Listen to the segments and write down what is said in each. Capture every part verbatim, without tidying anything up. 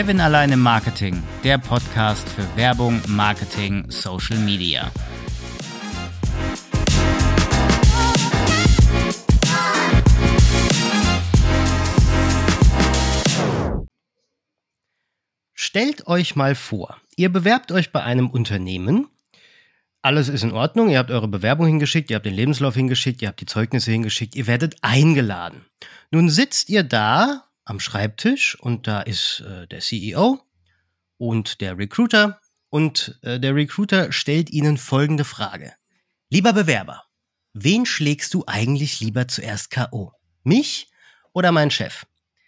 Kevin allein im Marketing, der Podcast für Werbung, Marketing, Social Media. Stellt euch mal vor, ihr bewerbt euch bei einem Unternehmen, alles ist in Ordnung, ihr habt eure Bewerbung hingeschickt, ihr habt den Lebenslauf hingeschickt, ihr habt die Zeugnisse hingeschickt, ihr werdet eingeladen. Nun sitzt ihr da am Schreibtisch und da ist äh, der C E O und der Recruiter und äh, der Recruiter stellt Ihnen folgende Frage. Lieber Bewerber, wen schlägst du eigentlich lieber zuerst K O? Mich oder meinen Chef?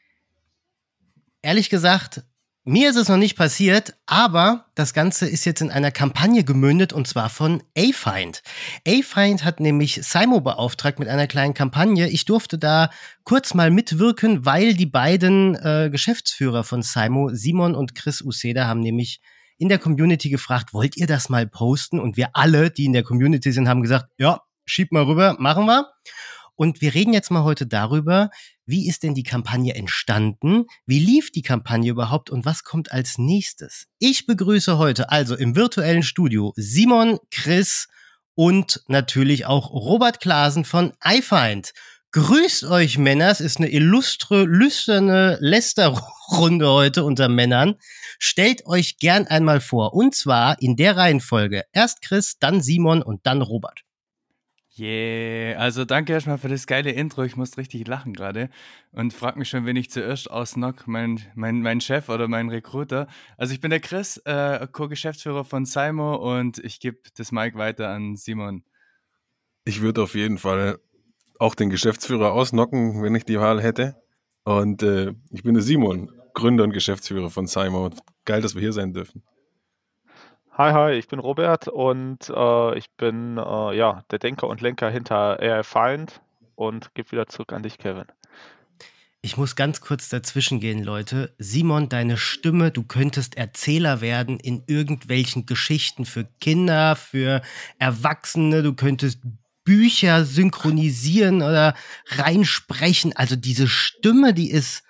Ehrlich gesagt, mir ist es noch nicht passiert, aber das Ganze ist jetzt in einer Kampagne gemündet und zwar von Afind. Afind hat nämlich Simo beauftragt mit einer kleinen Kampagne. Ich durfte da kurz mal mitwirken, weil die beiden äh, Geschäftsführer von Simo, Simon und Chris Uceda, haben nämlich in der Community gefragt, wollt ihr das mal posten? Und wir alle, die in der Community sind, haben gesagt, ja, schieb mal rüber, machen wir. Und wir reden jetzt mal heute darüber, wie ist denn die Kampagne entstanden? Wie lief die Kampagne überhaupt und was kommt als nächstes? Ich begrüße heute also im virtuellen Studio Simon, Chris und natürlich auch Robert Klaasen von Afind. Grüßt euch, Männer. Es ist eine illustre, lüsterne Lästerrunde heute unter Männern. Stellt euch gern einmal vor. Und zwar in der Reihenfolge. Erst Chris, dann Simon und dann Robert. Yeah, also danke erstmal für das geile Intro. Ich muss richtig lachen gerade und frag mich schon, wen ich zuerst ausnock, mein, mein, mein Chef oder mein Recruiter. Also ich bin der Chris, äh, Co-Geschäftsführer von Simo und ich gebe das Mic weiter an Simon. Ich würde auf jeden Fall auch den Geschäftsführer ausnocken, wenn ich die Wahl hätte. Und äh, ich bin der Simon, Gründer und Geschäftsführer von Simo. Geil, dass wir hier sein dürfen. Hi, hi, ich bin Robert und äh, ich bin äh, ja, der Denker und Lenker hinter Afind und gebe wieder zurück an dich, Kevin. Ich muss ganz kurz dazwischen gehen, Leute. Simon, deine Stimme, du könntest Erzähler werden in irgendwelchen Geschichten für Kinder, für Erwachsene. Du könntest Bücher synchronisieren oder reinsprechen. Also diese Stimme, die ist...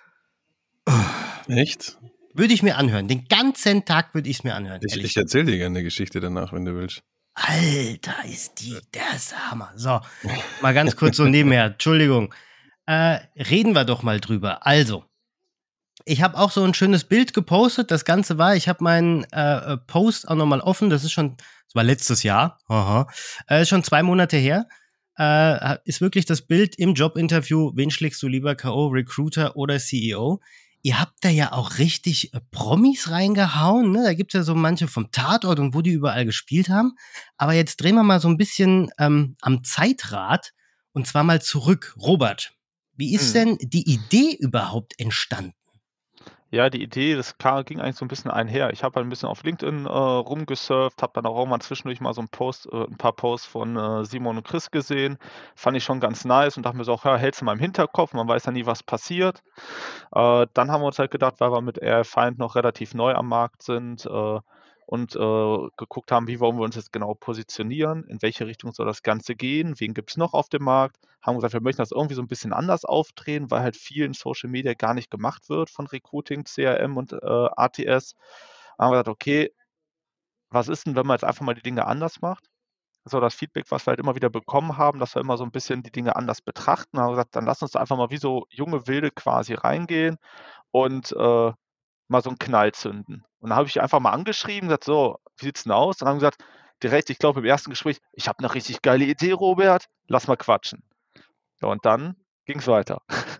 Echt? Würde ich mir anhören. Den ganzen Tag würde ich es mir anhören. Ich, ich erzähle dir gerne eine Geschichte danach, wenn du willst. Alter, ist die, der ist Hammer. So, mal ganz kurz so nebenher. Entschuldigung. Äh, reden wir doch mal drüber. Also, ich habe auch so ein schönes Bild gepostet. Das Ganze war, ich habe meinen äh, Post auch nochmal offen. Das ist schon, das war letztes Jahr. Aha. Äh, ist schon zwei Monate her. Äh, ist wirklich das Bild im Jobinterview. Wen schlägst du lieber, K O, Recruiter oder C E O? Ihr habt da ja auch richtig äh, Promis reingehauen, ne? Da gibt's ja so manche vom Tatort und wo die überall gespielt haben. Aber jetzt drehen wir mal so ein bisschen ähm, am Zeitrad und zwar mal zurück. Robert, wie ist denn die Idee überhaupt entstanden? Ja, die Idee, das kam, ging eigentlich so ein bisschen einher. Ich habe halt ein bisschen auf LinkedIn äh, rumgesurft, habe dann auch irgendwann zwischendurch mal so ein Post, äh, ein paar Posts von äh, Simon und Chris gesehen. Fand ich schon ganz nice und dachte mir so, auch, ja, hältst du mal im Hinterkopf, man weiß ja nie, was passiert. Äh, dann haben wir uns halt gedacht, weil wir mit Afind noch relativ neu am Markt sind äh, und äh, geguckt haben, wie wollen wir uns jetzt genau positionieren, in welche Richtung soll das Ganze gehen, wen gibt es noch auf dem Markt, haben gesagt, wir möchten das irgendwie so ein bisschen anders aufdrehen, weil halt viel in Social Media gar nicht gemacht wird von Recruiting, C R M und äh, A T S. Haben wir gesagt, okay, was ist denn, wenn man jetzt einfach mal die Dinge anders macht? So das Feedback, was wir halt immer wieder bekommen haben, dass wir immer so ein bisschen die Dinge anders betrachten. Haben wir gesagt, dann lass uns da einfach mal wie so junge Wilde quasi reingehen und äh, mal so einen Knall zünden. Und dann habe ich die einfach mal angeschrieben, gesagt, so, wie sieht's denn aus? Dann haben sie gesagt, direkt, ich glaube im ersten Gespräch, ich habe eine richtig geile Idee, Robert, lass mal quatschen. Ja, und dann ging's weiter.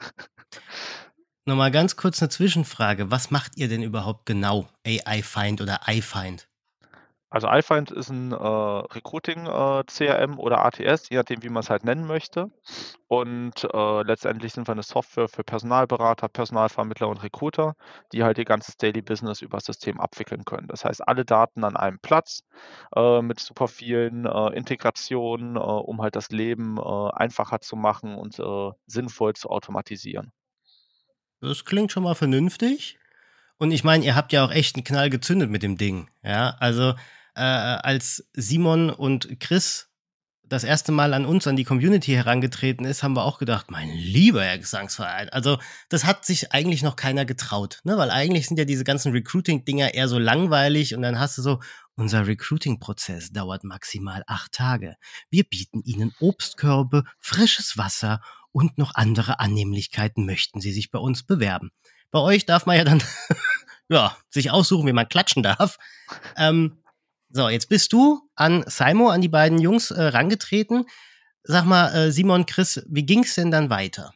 Nochmal ganz kurz eine Zwischenfrage. Was macht ihr denn überhaupt genau? Afind oder Afind? Also Afind ist ein äh, Recruiting-C R M oder A T S, je nachdem, wie man es halt nennen möchte. Und äh, letztendlich sind wir eine Software für Personalberater, Personalvermittler und Recruiter, die halt ihr ganzes Daily Business über das System abwickeln können. Das heißt, alle Daten an einem Platz äh, mit super vielen äh, Integrationen, äh, um halt das Leben äh, einfacher zu machen und äh, sinnvoll zu automatisieren. Das klingt schon mal vernünftig. Und ich meine, ihr habt ja auch echt einen Knall gezündet mit dem Ding. Ja, also äh, als Simon und Chris das erste Mal an uns, an die Community herangetreten ist, haben wir auch gedacht, mein lieber Herr Gesangsverein. Also das hat sich eigentlich noch keiner getraut, ne? Weil eigentlich sind ja diese ganzen Recruiting-Dinger eher so langweilig und dann hast du so, unser Recruiting-Prozess dauert maximal acht Tage. Wir bieten Ihnen Obstkörbe, frisches Wasser und noch andere Annehmlichkeiten. Möchten Sie sich bei uns bewerben? Bei euch darf man ja dann ja, sich aussuchen, wie man klatschen darf. Ähm, So, jetzt bist du an Simo, an die beiden Jungs äh, rangetreten. Sag mal, äh, Simon, Chris, wie ging's denn dann weiter?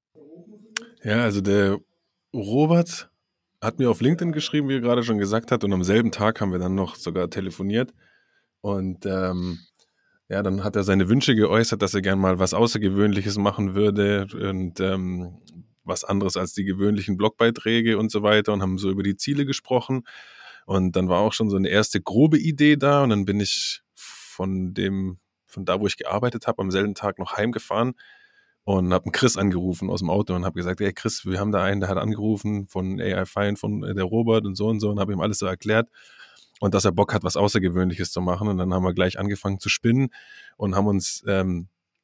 Ja, also der Robert hat mir auf LinkedIn geschrieben, wie er gerade schon gesagt hat, und am selben Tag haben wir dann noch sogar telefoniert. Und ähm, ja, dann hat er seine Wünsche geäußert, dass er gern mal was Außergewöhnliches machen würde und ähm, was anderes als die gewöhnlichen Blogbeiträge und so weiter, und haben so über die Ziele gesprochen. Und dann war auch schon so eine erste grobe Idee da, und dann bin ich von dem, von da, wo ich gearbeitet habe, am selben Tag noch heimgefahren und habe einen Chris angerufen aus dem Auto und habe gesagt, hey Chris, wir haben da einen, der hat angerufen von A I Find, von der Robert und so und so, und habe ihm alles so erklärt und dass er Bock hat, was Außergewöhnliches zu machen. Und dann haben wir gleich angefangen zu spinnen und haben uns ähm,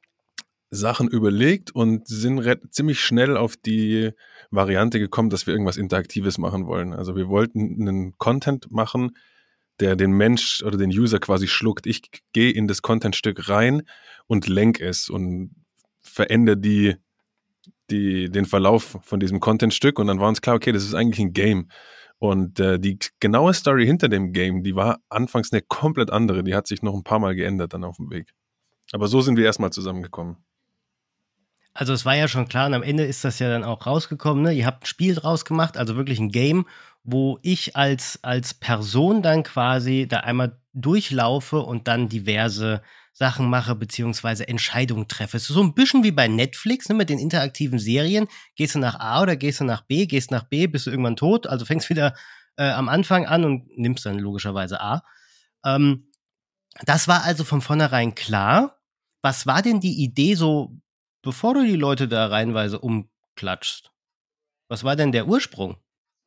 Sachen überlegt und sind re- ziemlich schnell auf die Variante gekommen, dass wir irgendwas Interaktives machen wollen. Also wir wollten einen Content machen, der den Mensch oder den User quasi schluckt. Ich gehe in das Contentstück rein und lenk es und verändere die, die, den Verlauf von diesem Contentstück, und dann war uns klar, okay, das ist eigentlich ein Game. Und äh, die genaue Story hinter dem Game, die war anfangs eine komplett andere. Die hat sich noch ein paar Mal geändert dann auf dem Weg. Aber so sind wir erstmal zusammengekommen. Also es war ja schon klar und am Ende ist das ja dann auch rausgekommen, ne? Ihr habt ein Spiel draus gemacht, also wirklich ein Game, wo ich als, als Person dann quasi da einmal durchlaufe und dann diverse Sachen mache, beziehungsweise Entscheidungen treffe. Es ist so ein bisschen wie bei Netflix, ne, mit den interaktiven Serien. Gehst du nach A oder gehst du nach B? Gehst nach B, bist du irgendwann tot, also fängst wieder äh, am Anfang an und nimmst dann logischerweise A. Ähm, das war also von vornherein klar. Was war denn die Idee so, bevor du die Leute da reihenweise umklatschst? Was war denn der Ursprung?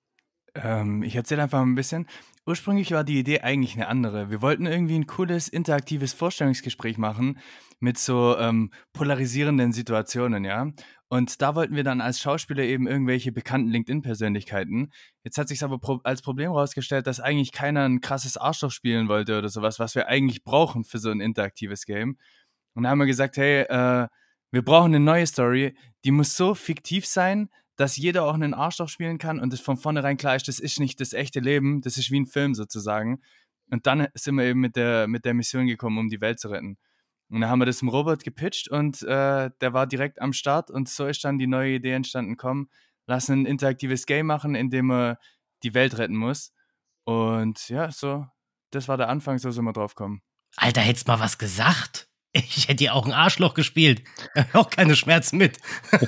Ähm, ich erzähle einfach mal ein bisschen. Ursprünglich war die Idee eigentlich eine andere. Wir wollten irgendwie ein cooles, interaktives Vorstellungsgespräch machen mit so ähm, polarisierenden Situationen, ja. Und da wollten wir dann als Schauspieler eben irgendwelche bekannten LinkedIn-Persönlichkeiten. Jetzt hat sich aber pro- als Problem herausgestellt, dass eigentlich keiner ein krasses Arschloch spielen wollte oder sowas, was wir eigentlich brauchen für so ein interaktives Game. Und da haben wir gesagt, hey, äh, wir brauchen eine neue Story, die muss so fiktiv sein, dass jeder auch einen Arschloch spielen kann und es von vornherein klar ist, das ist nicht das echte Leben, das ist wie ein Film sozusagen. Und dann sind wir eben mit der, mit der Mission gekommen, um die Welt zu retten. Und dann haben wir das dem Robert gepitcht und äh, der war direkt am Start und so ist dann die neue Idee entstanden, komm, lass ein interaktives Game machen, in dem man die Welt retten muss. Und ja, so, das war der Anfang, so sind wir drauf gekommen. Alter, hättest mal was gesagt. Ich hätte ja auch ein Arschloch gespielt. Ich hab auch keine Schmerzen mit.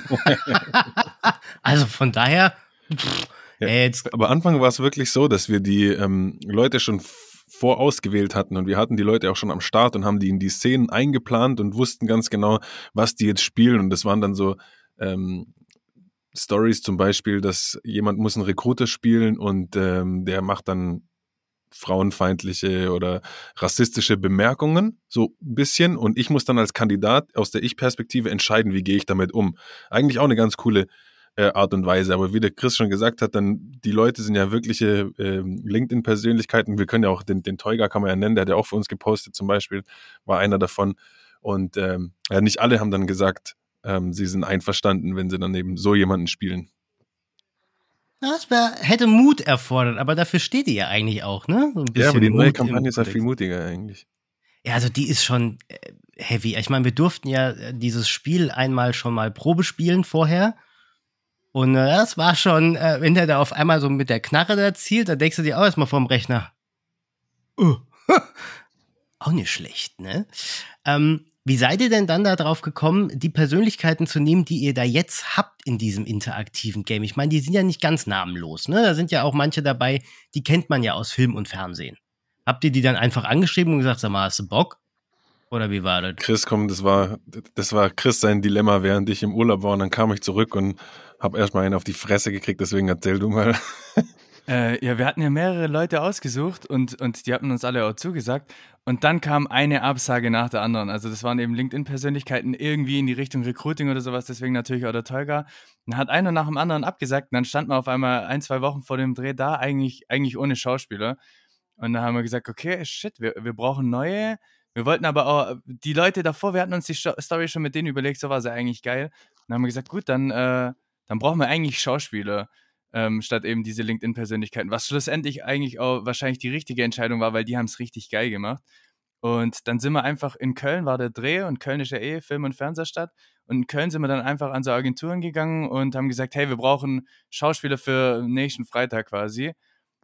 Also von daher, pff, Ja, äh, jetzt, aber Anfang war es wirklich so, dass wir die ähm, Leute schon f- vorausgewählt hatten, und wir hatten die Leute auch schon am Start und haben die in die Szenen eingeplant und wussten ganz genau, was die jetzt spielen, und das waren dann so ähm, Stories zum Beispiel, dass jemand muss einen Recruiter spielen und ähm, der macht dann frauenfeindliche oder rassistische Bemerkungen, so ein bisschen, und ich muss dann als Kandidat aus der Ich-Perspektive entscheiden, wie gehe ich damit um. Eigentlich auch eine ganz coole äh, Art und Weise, aber wie der Chris schon gesagt hat, dann die Leute sind ja wirkliche ähm, LinkedIn-Persönlichkeiten. Wir können ja auch den, den Teuger kann man ja nennen, der hat ja auch für uns gepostet zum Beispiel, war einer davon, und ähm, ja, nicht alle haben dann gesagt, ähm, sie sind einverstanden, wenn sie dann eben so jemanden spielen. das wär, hätte Mut erfordert, aber dafür steht ihr ja eigentlich auch, ne? So ein Ja, aber die bisschen neue Mut im Kampagne ist ja Kontext. viel mutiger eigentlich. Ja, also die ist schon äh, heavy. Ich meine, wir durften ja äh, dieses Spiel einmal schon mal Probe spielen vorher. Und äh, das war schon, äh, wenn der da auf einmal so mit der Knarre da zielt, dann denkst du dir auch erstmal vorm Rechner. Uh, auch nicht schlecht, ne? Ähm, wie seid ihr denn dann da drauf gekommen, die Persönlichkeiten zu nehmen, die ihr da jetzt habt in diesem interaktiven Game? Ich meine, die sind ja nicht ganz namenlos, ne? Da sind ja auch manche dabei, die kennt man ja aus Film und Fernsehen. Habt ihr die dann einfach angeschrieben und gesagt, sag mal, hast du Bock? Oder wie war das? Chris, komm, das war, das war Chris sein Dilemma, während ich im Urlaub war, und dann kam ich zurück und habe erstmal einen auf die Fresse gekriegt, deswegen erzähl du mal. Äh, ja, wir hatten ja mehrere Leute ausgesucht und, und die hatten uns alle auch zugesagt. Und dann kam eine Absage nach der anderen. Also das waren eben LinkedIn-Persönlichkeiten irgendwie in die Richtung Recruiting oder sowas, deswegen natürlich auch der Tolga. Dann hat einer nach dem anderen abgesagt und dann standen wir auf einmal ein, zwei Wochen vor dem Dreh da, eigentlich, eigentlich ohne Schauspieler. Und dann haben wir gesagt, okay, shit, wir, wir brauchen neue. Wir wollten aber auch, die Leute davor, wir hatten uns die Story schon mit denen überlegt, so war sie eigentlich geil. Dann haben wir gesagt, gut, dann, äh, dann brauchen wir eigentlich Schauspieler. Ähm, statt eben diese LinkedIn-Persönlichkeiten, was schlussendlich eigentlich auch wahrscheinlich die richtige Entscheidung war, weil die haben es richtig geil gemacht. Und dann sind wir einfach in Köln, war der Dreh und Köln ist ja eh Film- und Fernsehstadt. Und in Köln sind wir dann einfach an so Agenturen gegangen und haben gesagt, hey, wir brauchen Schauspieler für nächsten Freitag quasi.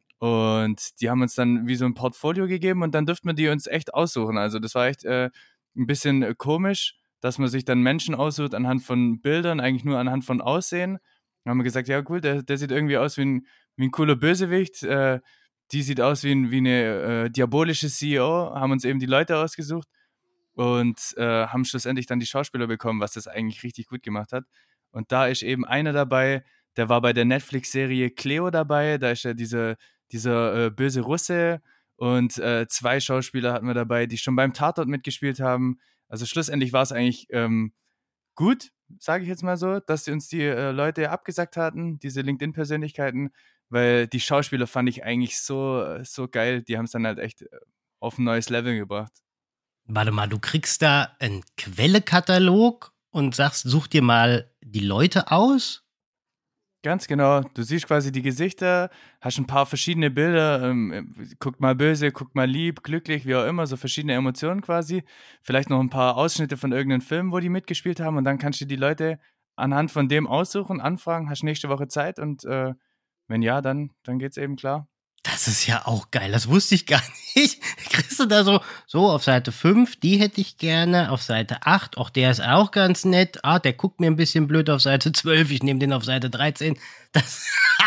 Und die haben uns dann wie so ein Portfolio gegeben und dann dürften wir die uns echt aussuchen. Also das war echt äh, ein bisschen äh, komisch, dass man sich dann Menschen aussucht anhand von Bildern, eigentlich nur anhand von Aussehen. Dann haben wir gesagt, ja cool, der, der sieht irgendwie aus wie ein, wie ein cooler Bösewicht. Äh, die sieht aus wie, ein, wie eine äh, diabolische C E O. Haben uns eben die Leute ausgesucht und äh, haben schlussendlich dann die Schauspieler bekommen, was das eigentlich richtig gut gemacht hat. Und da ist eben einer dabei, der war bei der Netflix-Serie Cleo dabei. Da ist ja diese, dieser äh, böse Russe und äh, zwei Schauspieler hatten wir dabei, die schon beim Tatort mitgespielt haben. Also schlussendlich war es eigentlich ähm, gut, sage ich jetzt mal so, dass sie uns die äh, Leute abgesagt hatten, diese LinkedIn-Persönlichkeiten, weil die Schauspieler fand ich eigentlich so, so geil. Die haben es dann halt echt äh, auf ein neues Level gebracht. Warte mal, du kriegst da einen Quellekatalog und sagst, such dir mal die Leute aus? Ganz genau. Du siehst quasi die Gesichter, hast ein paar verschiedene Bilder, ähm, guckt mal böse, guckt mal lieb, glücklich, wie auch immer, so verschiedene Emotionen quasi. Vielleicht noch ein paar Ausschnitte von irgendeinem Film, wo die mitgespielt haben und dann kannst du die Leute anhand von dem aussuchen, anfragen, hast nächste Woche Zeit und äh, wenn ja, dann, dann geht's eben klar. Das ist ja auch geil, das wusste ich gar nicht. Kriegst du da so, so auf Seite fünf, die hätte ich gerne, auf Seite acht, auch der ist auch ganz nett. Ah, der guckt mir ein bisschen blöd auf Seite zwölf, ich nehme den auf Seite dreizehn. Das,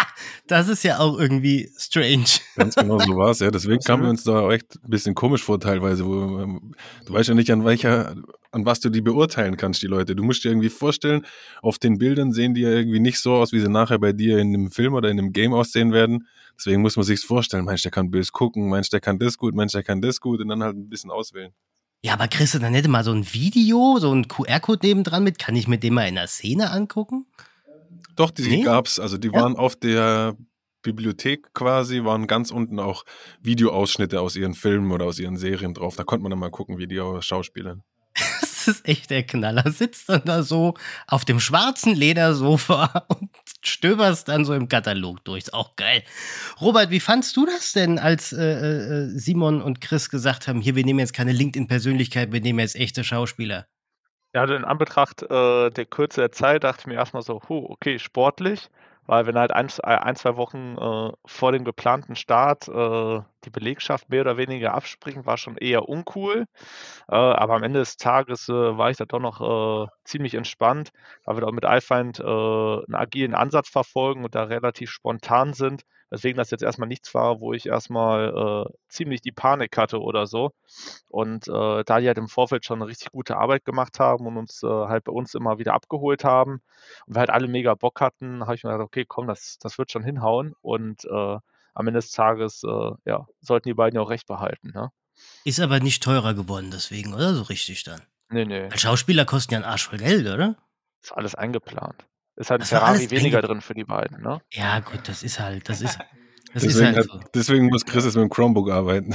das ist ja auch irgendwie strange. Ganz genau so war es, ja. Deswegen kamen wir uns da auch echt ein bisschen komisch vor teilweise. Wo, ähm, du weißt ja nicht, an welcher, an was du die beurteilen kannst, die Leute. Du musst dir irgendwie vorstellen, auf den Bildern sehen die ja irgendwie nicht so aus, wie sie nachher bei dir in einem Film oder in einem Game aussehen werden. Deswegen muss man sich's vorstellen. Mensch, der kann böse gucken, Mensch, der kann das gut, Mensch, der kann das gut und dann halt ein bisschen auswählen. Ja, aber kriegst du dann nicht mal so ein Video, so ein Q R-Code nebendran mit? Kann ich mir den mal in der Szene angucken? Doch, die Nee? gab's. Also die Ja. waren auf der Bibliothek quasi, waren ganz unten auch Videoausschnitte aus ihren Filmen oder aus ihren Serien drauf. Da konnte man dann mal gucken, wie die auch schauspielern. Das ist echt der Knaller. Sitzt dann da so auf dem schwarzen Ledersofa und stöberst dann so im Katalog durch. Ist auch geil. Robert, wie fandst du das denn, als äh, äh, Simon und Chris gesagt haben, hier, wir nehmen jetzt keine LinkedIn-Persönlichkeit, wir nehmen jetzt echte Schauspieler? Ja, also in Anbetracht äh, der Kürze der Zeit dachte ich mir erstmal so, huh, okay, sportlich, weil wenn halt ein, ein zwei Wochen äh, vor dem geplanten Start äh, die Belegschaft mehr oder weniger abspringt, war schon eher uncool. Äh, aber am Ende des Tages äh, war ich da doch noch äh, ziemlich entspannt, weil wir da mit iFind äh, einen agilen Ansatz verfolgen und da relativ spontan sind. Weswegen das jetzt erstmal nichts war, wo ich erstmal äh, ziemlich die Panik hatte oder so. Und äh, da die halt im Vorfeld schon eine richtig gute Arbeit gemacht haben und uns äh, halt bei uns immer wieder abgeholt haben und wir halt alle mega Bock hatten, habe ich mir gedacht, okay, komm, das, das wird schon hinhauen. Und äh, am Ende des Tages äh, ja, sollten die beiden ja auch recht behalten. Ne? Ist aber nicht teurer geworden deswegen, oder? So richtig dann. Nee, nee, Weil Schauspieler kosten ja einen Arsch voll Geld, oder? ist alles eingeplant. Ist halt ein Das war Ferrari alles weniger einge- drin für die beiden. Ne? Ja, gut, das ist halt, das ist, das ist Deswegen, halt hat, so. deswegen muss Chris jetzt mit dem Chromebook arbeiten.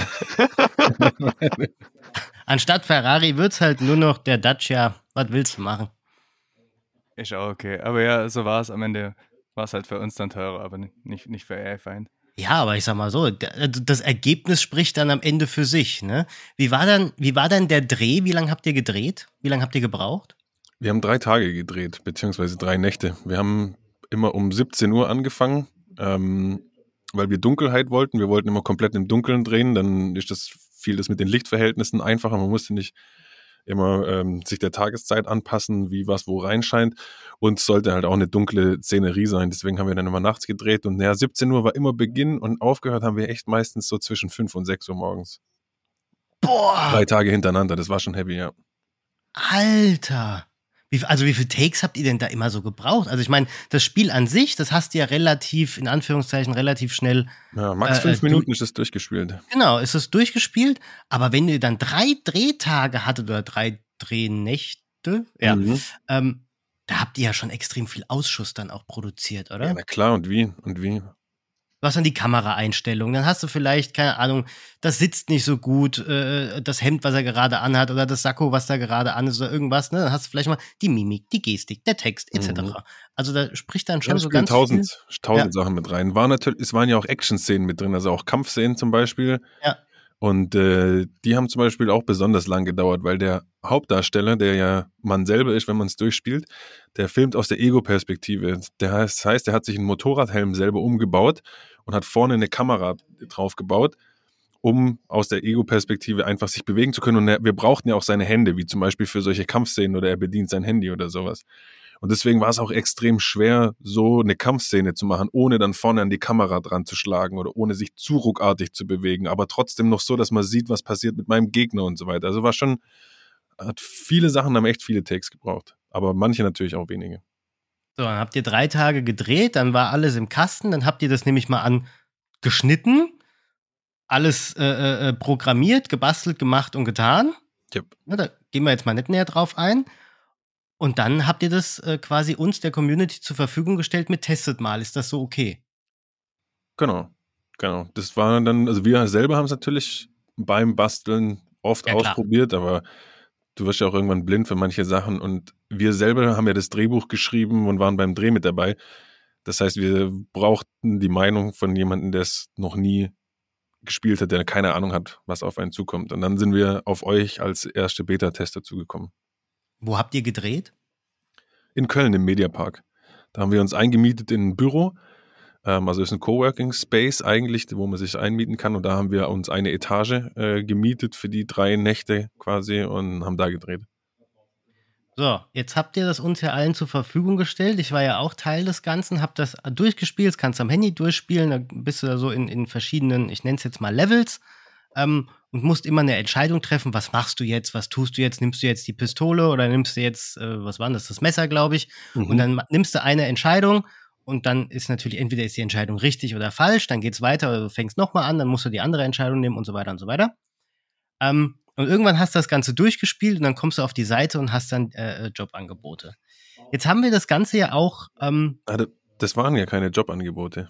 Anstatt Ferrari wird's halt nur noch der Dacia. Was willst du machen? Ist auch okay. Aber ja, so war es. Am Ende war es halt für uns dann teurer, aber nicht, nicht für iFind. Ja, aber ich sag mal so, d- das Ergebnis spricht dann am Ende für sich, ne? Wie war dann, wie war dann der Dreh? Wie lange habt ihr gedreht? Wie lange habt ihr gebraucht? Wir haben drei Tage gedreht, beziehungsweise drei Nächte. Wir haben immer um siebzehn Uhr angefangen, ähm, weil wir Dunkelheit wollten. Wir wollten immer komplett im Dunkeln drehen, dann ist das, fiel das mit den Lichtverhältnissen einfacher. Man musste nicht immer ähm, sich der Tageszeit anpassen, wie was wo reinscheint. Und es sollte halt auch eine dunkle Szenerie sein. Deswegen haben wir dann immer nachts gedreht. Und naja, siebzehn Uhr war immer Beginn und aufgehört haben wir echt meistens so zwischen fünf und sechs Uhr morgens. Boah, Drei Tage hintereinander, das war schon heavy, ja. Alter. Wie, also wie viele Takes habt ihr denn da immer so gebraucht? Also ich meine, das Spiel an sich, das hast du ja relativ, in Anführungszeichen, relativ schnell. Ja, max Äh, fünf du- Minuten ist es durchgespielt. Genau, ist es durchgespielt. Aber wenn ihr dann drei Drehtage hattet oder drei Drehnächte, ja, Mhm. ähm, da habt ihr ja schon extrem viel Ausschuss dann auch produziert, oder? Ja, na klar, und wie? Und wie? Du hast dann die Kameraeinstellungen, dann hast du vielleicht, keine Ahnung, das sitzt nicht so gut, äh, das Hemd, was er gerade anhat, oder das Sakko, was da gerade an ist, oder irgendwas, ne? Dann hast du vielleicht mal die Mimik, die Gestik, der Text, et cetera. Mhm. Also da spricht dann Ja, schon da so spielen ganz viel. tausend, tausend Ja. Sachen mit rein. War natürlich, es waren ja auch Action-Szenen mit drin, also auch Kampfszenen zum Beispiel. Ja. Und äh, die haben zum Beispiel auch besonders lang gedauert, weil der Hauptdarsteller, der ja man selber ist, wenn man es durchspielt, der filmt aus der Ego-Perspektive. Der heißt, das heißt, er hat sich einen Motorradhelm selber umgebaut und hat vorne eine Kamera drauf gebaut, um aus der Ego-Perspektive einfach sich bewegen zu können. Und er, wir brauchten ja auch seine Hände, wie zum Beispiel für solche Kampfszenen, oder er bedient sein Handy oder sowas. Und deswegen war es auch extrem schwer, so eine Kampfszene zu machen, ohne dann vorne an die Kamera dran zu schlagen oder ohne sich zu ruckartig zu bewegen, aber trotzdem noch so, dass man sieht, was passiert mit meinem Gegner und so weiter. Also war schon, hat viele Sachen, haben echt viele Takes gebraucht, aber manche natürlich auch wenige. So, dann habt ihr drei Tage gedreht, dann war alles im Kasten, dann habt ihr das nämlich mal angeschnitten, alles äh, äh, programmiert, gebastelt, gemacht und getan. Yep. Ja, da gehen wir jetzt mal nicht näher drauf ein. Und dann habt ihr das äh, quasi uns, der Community, zur Verfügung gestellt mit testet mal. Ist das so okay? Genau, genau. Das war dann, also wir selber haben es natürlich beim Basteln oft Ja, klar. ausprobiert, aber du wirst ja auch irgendwann blind für manche Sachen, und wir selber haben ja das Drehbuch geschrieben und waren beim Dreh mit dabei. Das heißt, wir brauchten die Meinung von jemandem, der es noch nie gespielt hat, der keine Ahnung hat, was auf einen zukommt. Und dann sind wir auf euch als erste Beta-Tester zugekommen. Wo habt ihr gedreht? In Köln im Mediapark. Da haben wir uns eingemietet in ein Büro. Ähm, also ist ein Coworking Space eigentlich, wo man sich einmieten kann. Und da haben wir uns eine Etage äh, gemietet für die drei Nächte quasi und haben da gedreht. So, jetzt habt ihr das uns ja allen zur Verfügung gestellt. Ich war ja auch Teil des Ganzen, hab das durchgespielt, das kannst du am Handy durchspielen, da bist du da so in, in verschiedenen, ich nenne es jetzt mal Levels, ähm, und musst immer eine Entscheidung treffen, was machst du jetzt, was tust du jetzt, nimmst du jetzt die Pistole oder nimmst du jetzt, äh, was war das, das Messer, glaube ich, Mhm. und dann ma- nimmst du eine Entscheidung und dann ist natürlich, entweder ist die Entscheidung richtig oder falsch, dann geht's weiter oder du fängst nochmal an, dann musst du die andere Entscheidung nehmen und so weiter und so weiter. Ähm, und irgendwann hast du das Ganze durchgespielt und dann kommst du auf die Seite und hast dann äh, Jobangebote. Jetzt haben wir das Ganze ja auch. Ähm, Ah, da- das waren ja keine Jobangebote.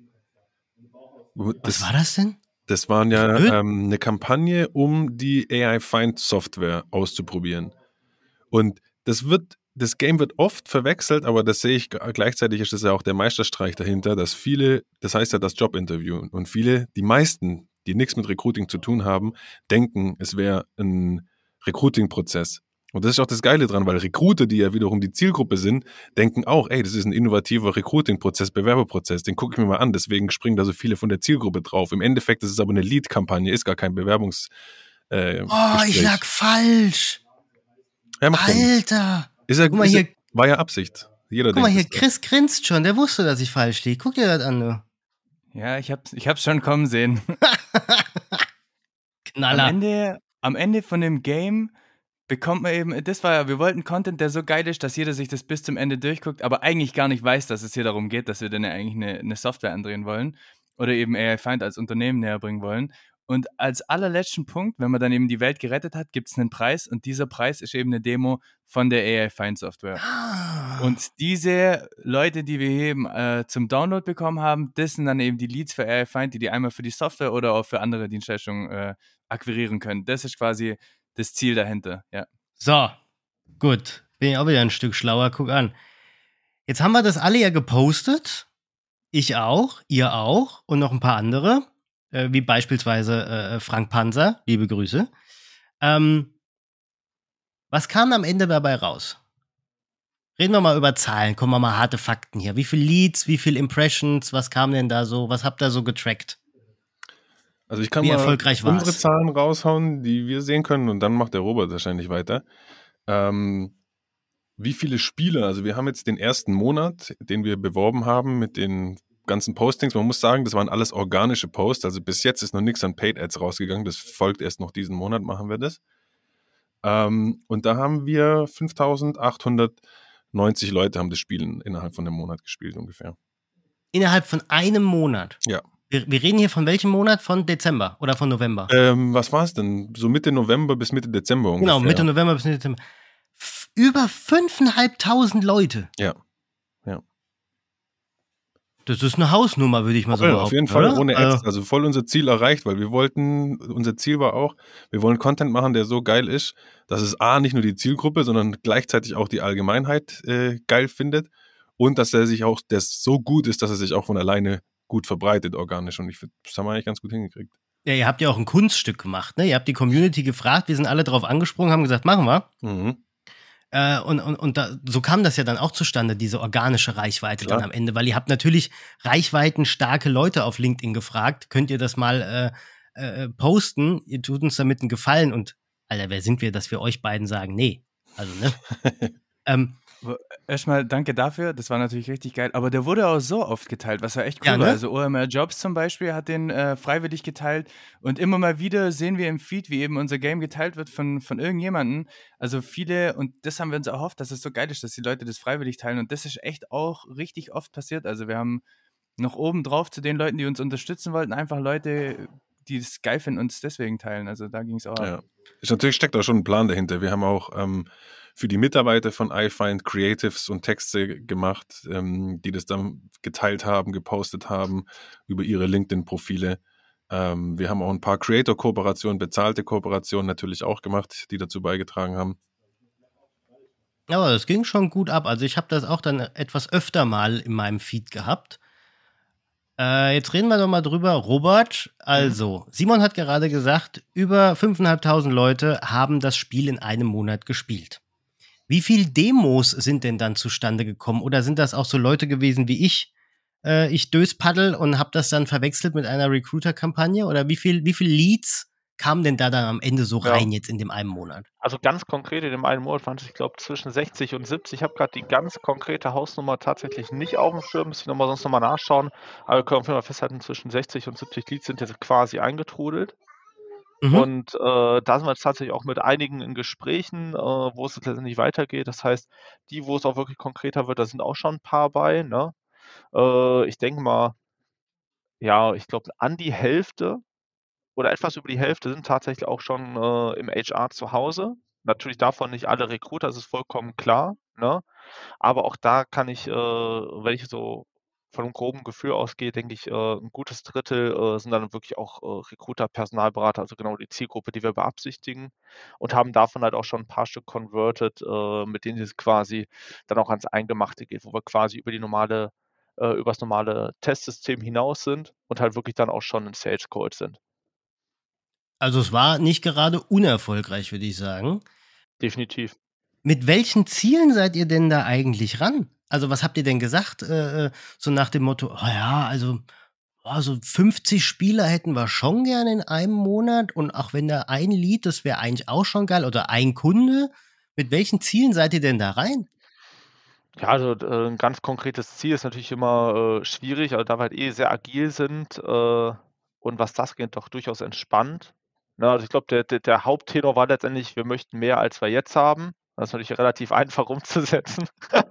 was Das, war das denn? das waren ja Blöd. ähm, eine Kampagne, um die A I-Find-Software auszuprobieren. Und das wird, das Game wird oft verwechselt, aber das sehe ich g- gleichzeitig, ist das ja auch der Meisterstreich dahinter, dass viele, das heißt ja das Jobinterview, und viele, die meisten, die nichts mit Recruiting zu tun haben, denken, es wäre ein Recruiting-Prozess. Und das ist auch das Geile dran, weil Recruiter, die ja wiederum die Zielgruppe sind, denken auch, ey, das ist ein innovativer Recruiting-Prozess, Bewerberprozess, den gucke ich mir mal an, deswegen springen da so viele von der Zielgruppe drauf. Im Endeffekt ist es aber eine Lead-Kampagne, ist gar kein Bewerbungs- äh, Oh, ich Gespräch. lag falsch. Ja, macht ja nichts. Alter. Ist ja, Guck mal ist ja, hier, war ja Absicht. Jeder guck mal denkt hier, es. Chris grinst schon. Der wusste, dass ich falsch liege. Guck dir das an, du. Ja, ich hab's, ich hab's schon kommen sehen. Am Knaller. Ende, am Ende von dem Game bekommt man eben, das war ja, wir wollten Content, der so geil ist, dass jeder sich das bis zum Ende durchguckt, aber eigentlich gar nicht weiß, dass es hier darum geht, dass wir dann ja eigentlich eine, eine Software andrehen wollen oder eben A I Find als Unternehmen näher bringen wollen. Und als allerletzten Punkt, wenn man dann eben die Welt gerettet hat, gibt es einen Preis, und dieser Preis ist eben eine Demo von der A I Find Software. Ah. Und diese Leute, die wir hier eben äh, zum Download bekommen haben, das sind dann eben die Leads für A I Find, die die einmal für die Software oder auch für andere Dienstleistungen äh, akquirieren können. Das ist quasi das Ziel dahinter, ja. So, gut. Bin ich auch wieder ein Stück schlauer. Guck an. Jetzt haben wir das alle ja gepostet. Ich auch, ihr auch und noch ein paar andere, äh, wie beispielsweise äh, Frank Panzer. Liebe Grüße. Ähm, was kam am Ende dabei raus? Reden wir mal über Zahlen, kommen wir mal harte Fakten hier. Wie viele Leads, wie viele Impressions, was kam denn da so, was habt ihr so getrackt? Also ich kann Wie mal erfolgreich war's? unsere Zahlen raushauen, die wir sehen können, und dann macht der Robert wahrscheinlich weiter. Ähm, wie viele Spieler, also wir haben jetzt den ersten Monat, den wir beworben haben mit den ganzen Postings. Man muss sagen, das waren alles organische Posts, also bis jetzt ist noch nichts an Paid Ads rausgegangen, das folgt erst noch diesen Monat, machen wir das. Ähm, und da haben wir fünftausendachthundertneunzig Leute haben das Spiel in, innerhalb von einem Monat gespielt ungefähr. Innerhalb von einem Monat? Ja. Wir, wir reden hier von welchem Monat? Von Dezember oder von November? Ähm, was war es denn? So Mitte November bis Mitte Dezember ungefähr. Genau, Mitte November bis Mitte Dezember. F- über fünftausendfünfhundert Leute. Ja, ja. Das ist eine Hausnummer, würde ich mal so Voll, behaupten. auf jeden Fall, oder? ohne Also, Apps. Also voll unser Ziel erreicht, weil wir wollten, unser Ziel war auch, wir wollen Content machen, der so geil ist, dass es A, nicht nur die Zielgruppe, sondern gleichzeitig auch die Allgemeinheit äh, geil findet und dass er sich auch, der so gut ist, dass er sich auch von alleine gut verbreitet, organisch. Und ich finde, das haben wir eigentlich ganz gut hingekriegt. ja, ihr habt ja auch ein Kunststück gemacht, ne? Ihr habt die Community gefragt, wir sind alle drauf angesprungen, haben gesagt, machen wir. Mhm. Äh, und und, und da, so kam das ja dann auch zustande, diese organische Reichweite Klar. dann am Ende, weil ihr habt natürlich reichweitenstarke Leute auf LinkedIn gefragt, könnt ihr das mal äh, äh, posten, ihr tut uns damit einen Gefallen und, Alter, wer sind wir, dass wir euch beiden sagen, nee, also, ne? ähm, Aber erstmal danke dafür, das war natürlich richtig geil. Aber der wurde auch so oft geteilt, was ja echt cool Ja, ne? war. Also O M R Jobs zum Beispiel hat den äh, freiwillig geteilt und immer mal wieder sehen wir im Feed, wie eben unser Game geteilt wird von, von irgendjemandem. Also viele, und das haben wir uns erhofft, dass es so geil ist, dass die Leute das freiwillig teilen und das ist echt auch richtig oft passiert. Also wir haben noch oben drauf zu den Leuten, die uns unterstützen wollten, einfach Leute, die es geil finden, uns deswegen teilen. Also da ging es auch ab. Ja. Ist natürlich steckt auch schon ein Plan dahinter. Wir haben auch ähm, für die Mitarbeiter von iFind Creatives und Texte gemacht, ähm, die das dann geteilt haben, gepostet haben über ihre LinkedIn-Profile. Ähm, wir haben auch ein paar Creator-Kooperationen, bezahlte Kooperationen natürlich auch gemacht, die dazu beigetragen haben. aber das ging schon gut ab. Also ich habe das auch dann etwas öfter mal in meinem Feed gehabt. Äh, jetzt reden wir doch mal drüber. Robert, also, Simon hat gerade gesagt, über fünftausendfünfhundert Leute haben das Spiel in einem Monat gespielt. Wie viele Demos sind denn dann zustande gekommen? Oder sind das auch so Leute gewesen wie ich? Äh, ich Döspaddel und habe das dann verwechselt mit einer Recruiter-Kampagne? Oder wie viel, wie viel Leads kamen denn da dann am Ende so Ja. rein jetzt in dem einen Monat? Also ganz konkret in dem einen Monat waren es, ich glaube, zwischen sechzig und siebzig. Ich habe gerade die ganz konkrete Hausnummer tatsächlich nicht auf dem Schirm, müsste ich nochmal sonst nochmal nachschauen. Aber wir können auf jeden Fall festhalten, zwischen sechzig und siebzig Leads sind jetzt quasi eingetrudelt. Mhm. Und äh, da sind wir jetzt tatsächlich auch mit einigen in Gesprächen, äh, wo es jetzt letztendlich weitergeht. Das heißt, die, wo es auch wirklich konkreter wird, da sind auch schon ein paar bei. Ne? Äh, ich denke mal, ja, ich glaube, an die Hälfte oder etwas über die Hälfte sind tatsächlich auch schon äh, im H R zu Hause. Natürlich davon nicht alle Recruiter, das ist vollkommen klar. Ne? Aber auch da kann ich, äh, wenn ich so von einem groben Gefühl ausgehe, denke ich, äh, ein gutes Drittel äh, sind dann wirklich auch äh, Recruiter, Personalberater, also genau die Zielgruppe, die wir beabsichtigen und haben davon halt auch schon ein paar Stück converted, äh, mit denen es quasi dann auch ans Eingemachte geht, wo wir quasi über die normale, äh, über das normale Testsystem hinaus sind und halt wirklich dann auch schon in Sales Calls sind. Also es war nicht gerade unerfolgreich, würde ich sagen. Definitiv. Mit welchen Zielen seid ihr denn da eigentlich ran? Also, was habt ihr denn gesagt? Äh, äh, so nach dem Motto, oh ja, also, oh, so fünfzig Spieler hätten wir schon gerne in einem Monat und auch wenn da ein Lied, das wäre eigentlich auch schon geil oder ein Kunde. Mit welchen Zielen seid ihr denn da rein? Ja, also äh, 'n ganz konkretes Ziel ist natürlich immer äh, schwierig, also da wir halt eh sehr agil sind äh, und was das geht, doch durchaus entspannt. Ne, also ich glaube, der der der Haupttenor war letztendlich, wir möchten mehr, als wir jetzt haben. Das ist natürlich relativ einfach umzusetzen.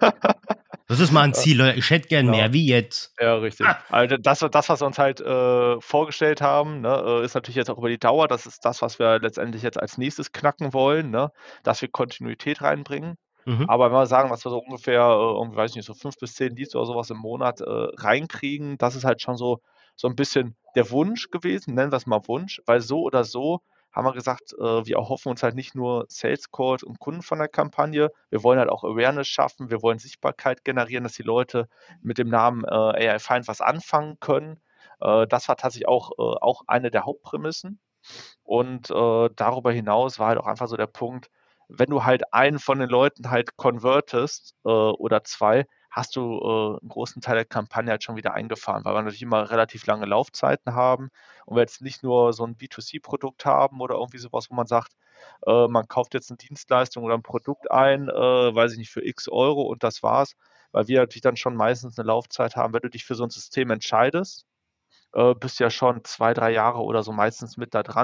Das ist mal ein Ziel, Leute. Ich hätte gern Genau. mehr wie jetzt. Ja, richtig. Also das, das, was wir uns halt äh, vorgestellt haben, ne, äh, ist natürlich jetzt auch über die Dauer. Das ist das, was wir letztendlich jetzt als nächstes knacken wollen, ne, dass wir Kontinuität reinbringen. Mhm. Aber wenn wir sagen, dass wir so ungefähr, äh, irgendwie, weiß ich nicht, so fünf bis zehn Leads oder sowas im Monat äh, reinkriegen, das ist halt schon so, so ein bisschen der Wunsch gewesen, nennen wir es mal Wunsch, weil so oder so haben wir gesagt, äh, wir erhoffen uns halt nicht nur Sales Calls und Kunden von der Kampagne, wir wollen halt auch Awareness schaffen, wir wollen Sichtbarkeit generieren, dass die Leute mit dem Namen äh, A I Find was anfangen können. Äh, das war tatsächlich auch, äh, auch eine der Hauptprämissen. Und äh, darüber hinaus war halt auch einfach so der Punkt, wenn du halt einen von den Leuten halt convertest äh, oder zwei, hast du äh, einen großen Teil der Kampagne halt schon wieder eingefahren, weil wir natürlich immer relativ lange Laufzeiten haben und wir jetzt nicht nur so ein B zwei C-Produkt haben oder irgendwie sowas, wo man sagt, äh, man kauft jetzt eine Dienstleistung oder ein Produkt ein, äh, weiß ich nicht, für x Euro und das war's, weil wir natürlich dann schon meistens eine Laufzeit haben, wenn du dich für so ein System entscheidest, äh, bist ja schon zwei, drei Jahre oder so meistens mit da dran,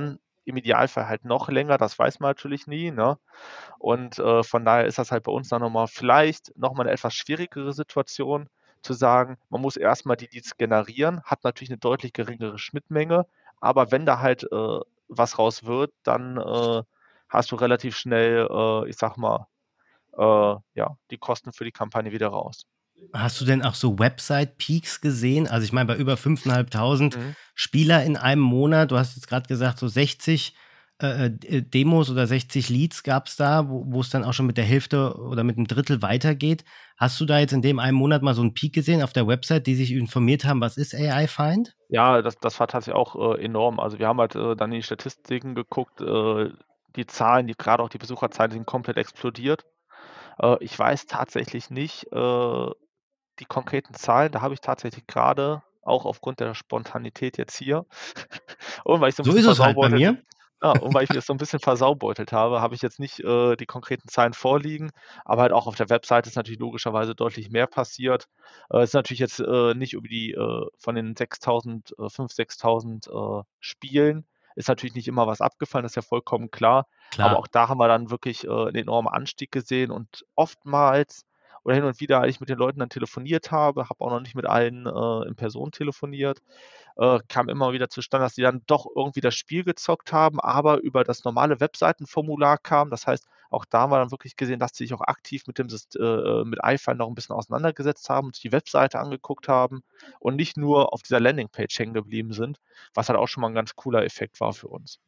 im Idealfall halt noch länger, das weiß man natürlich nie, ne? Und äh, von daher ist das halt bei uns dann nochmal vielleicht nochmal eine etwas schwierigere Situation, zu sagen, man muss erstmal die Leads generieren, hat natürlich eine deutlich geringere Schnittmenge, aber wenn da halt äh, was raus wird, dann äh, hast du relativ schnell, äh, ich sag mal, äh, ja, die Kosten für die Kampagne wieder raus. Hast du denn auch so Website-Peaks gesehen? Also ich meine, bei über fünftausendfünfhundert Mhm. Spieler in einem Monat, du hast jetzt gerade gesagt, so sechzig äh, äh, Demos oder sechzig Leads gab es da, wo wo es dann auch schon mit der Hälfte oder mit einem Drittel weitergeht. Hast du da jetzt in dem einen Monat mal so einen Peak gesehen auf der Website, die sich informiert haben, was ist A I-Find? Ja, das das war tatsächlich auch äh, enorm. Also wir haben halt äh, dann in die Statistiken geguckt, äh, die Zahlen, die gerade auch die Besucherzahlen sind komplett explodiert. Äh, ich weiß tatsächlich nicht äh, die konkreten Zahlen, da habe ich tatsächlich gerade auch aufgrund der Spontanität jetzt hier und weil ich so 'n So bisschen ist es halt bei versaubeutelt mir. ja, und weil ich mir das so 'n bisschen versaubeutelt habe, habe ich jetzt nicht äh, die konkreten Zahlen vorliegen, aber halt auch auf der Webseite ist natürlich logischerweise deutlich mehr passiert. Äh, ist natürlich jetzt äh, nicht über die äh, von den sechstausend, äh, fünftausend, sechstausend äh, Spielen ist natürlich nicht immer was abgefallen, das ist ja vollkommen klar. Aber auch Klar. da haben wir dann wirklich äh, 'n enormen Anstieg gesehen und oftmals oder hin und wieder, als ich mit den Leuten dann telefoniert habe, habe auch noch nicht mit allen äh, in Person telefoniert, äh, kam immer wieder zustande, dass die dann doch irgendwie das Spiel gezockt haben, aber über das normale Webseitenformular kam. Das heißt, auch da haben wir dann wirklich gesehen, dass die sich auch aktiv mit dem Syst äh, mit iFind noch ein bisschen auseinandergesetzt haben und sich die Webseite angeguckt haben und nicht nur auf dieser Landingpage hängen geblieben sind, was halt auch schon mal ein ganz cooler Effekt war für uns.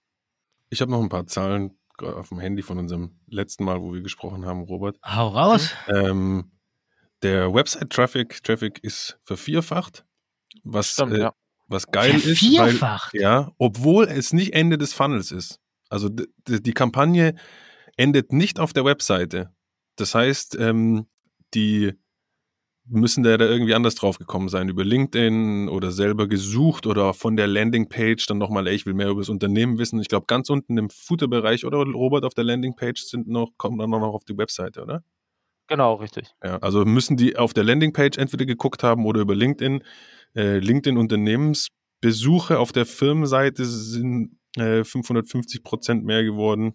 Ich habe noch ein paar Zahlen gra- auf dem Handy von unserem letzten Mal, wo wir gesprochen haben, Robert. Hau Mhm. raus. Ähm, der Website-Traffic Traffic ist vervierfacht, was, Stimmt, äh, ja. was geil ist, weil, Vervierfacht. ja, obwohl es nicht Ende des Funnels ist. Also d- d- die Kampagne endet nicht auf der Webseite. Das heißt, ähm, die müssen da, da irgendwie anders drauf gekommen sein, über LinkedIn oder selber gesucht oder von der Landingpage dann nochmal, ey, ich will mehr über das Unternehmen wissen. Ich glaube, ganz unten im Footer-Bereich oder Robert auf der Landingpage sind noch, kommt dann noch auf die Webseite, oder? Genau, richtig. Ja, also müssen die auf der Landingpage entweder geguckt haben oder über LinkedIn. Äh, LinkedIn-Unternehmensbesuche auf der Firmenseite sind äh, fünfhundertfünfzig Prozent mehr geworden.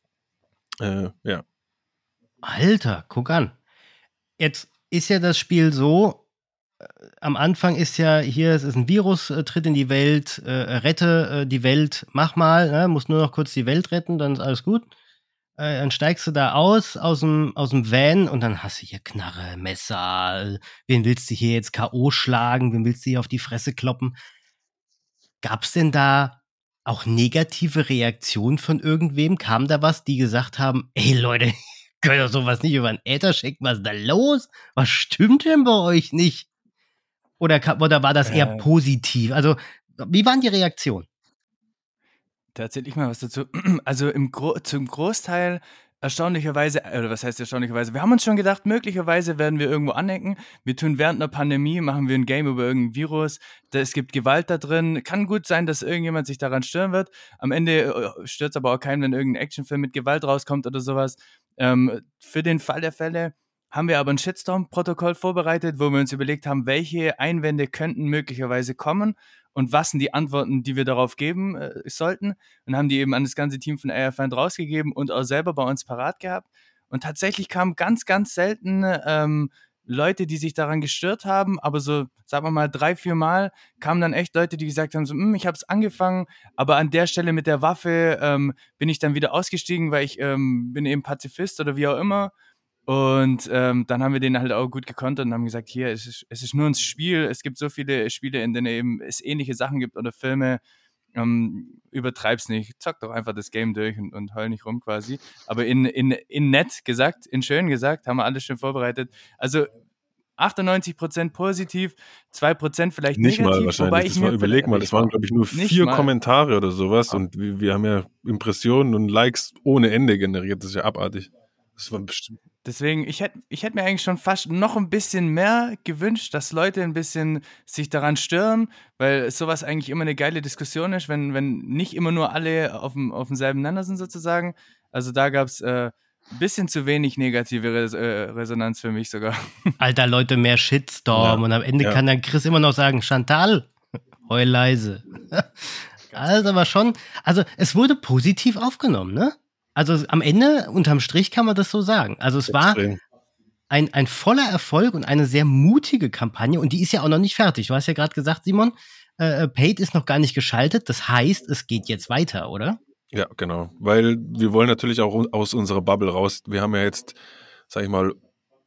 Äh, ja. Alter, guck an. Jetzt ist ja das Spiel so, äh, am Anfang ist ja hier, es ist ein Virus, äh, tritt in die Welt, äh, rette äh, die Welt, mach mal, ne? Musst nur noch kurz die Welt retten, dann ist alles gut. Äh, dann steigst du da aus, aus dem, aus dem Van und dann hast du hier Knarre, Messer, äh, wen willst du hier jetzt K O schlagen, wen willst du hier auf die Fresse kloppen? Gab's denn da auch negative Reaktionen von irgendwem? Kam da was, die gesagt haben, ey Leute, könnt ihr sowas nicht über den Äther schicken, was ist da los? Was stimmt denn bei euch nicht? Oder, ka- oder war das eher Äh, positiv? Also, wie waren die Reaktionen? Da erzähle ich mal was dazu. Also im Gro zum Großteil erstaunlicherweise, äh, oder was heißt erstaunlicherweise? Wir haben uns schon gedacht, möglicherweise werden wir irgendwo anecken. Wir tun während einer Pandemie, machen wir ein Game über irgendein Virus. Da, es gibt Gewalt da drin. Kann gut sein, dass irgendjemand sich daran stören wird. Am Ende äh, stört es aber auch keinen, wenn irgendein Actionfilm mit Gewalt rauskommt oder sowas. Ähm, für den Fall der Fälle haben wir aber ein Shitstorm-Protokoll vorbereitet, wo wir uns überlegt haben, welche Einwände könnten möglicherweise kommen und was sind die Antworten, die wir darauf geben äh, sollten. Und haben die eben an das ganze Team von A I Find rausgegeben und auch selber bei uns parat gehabt. Und tatsächlich kamen ganz, ganz selten ähm, Leute, die sich daran gestört haben, aber so, sagen wir mal, drei, vier Mal kamen dann echt Leute, die gesagt haben, so, hm, ich habe es angefangen, aber an der Stelle mit der Waffe ähm, bin ich dann wieder ausgestiegen, weil ich ähm, bin eben Pazifist oder wie auch immer. Und ähm, dann haben wir den halt auch gut gekontert und haben gesagt, hier, es ist, es ist nur ein Spiel, es gibt so viele Spiele, in denen eben es ähnliche Sachen gibt oder Filme, ähm, übertreib's nicht, zock doch einfach das Game durch und, und heul nicht rum quasi. Aber in, in, in nett gesagt, in schön gesagt, haben wir alles schön vorbereitet. Also achtundneunzig Prozent positiv, zwei Prozent vielleicht Nicht mal negativ, wahrscheinlich. wobei ich Das war, mir überleg mal, Nicht das waren, mal. glaube ich, nur nicht vier mal, Kommentare oder sowas Ja. und wir, wir haben ja Impressionen und Likes ohne Ende generiert. Das ist ja abartig. Das war bestimmt. deswegen, ich hätte ich hätt mir eigentlich schon fast noch ein bisschen mehr gewünscht, dass Leute ein bisschen sich daran stören, weil sowas eigentlich immer eine geile Diskussion ist, wenn, wenn nicht immer nur alle auf dem, auf demselben Nenner sind sozusagen. Also da gab es äh, ein bisschen zu wenig negative Res äh, Resonanz für mich sogar. Alter, Leute, mehr Shitstorm. Ja. Und am Ende Ja. kann dann Chris immer noch sagen, Chantal, heul leise. Also aber schon, also es wurde positiv aufgenommen, ne? Also am Ende, unterm Strich kann man das so sagen. Also es war Extrem. ein, ein voller Erfolg und eine sehr mutige Kampagne und die ist ja auch noch nicht fertig. Du hast ja gerade gesagt, Simon, äh, Paid ist noch gar nicht geschaltet. Das heißt, es geht jetzt weiter, oder? Ja, genau. Weil wir wollen natürlich auch aus unserer Bubble raus. Wir haben ja jetzt, sag ich mal,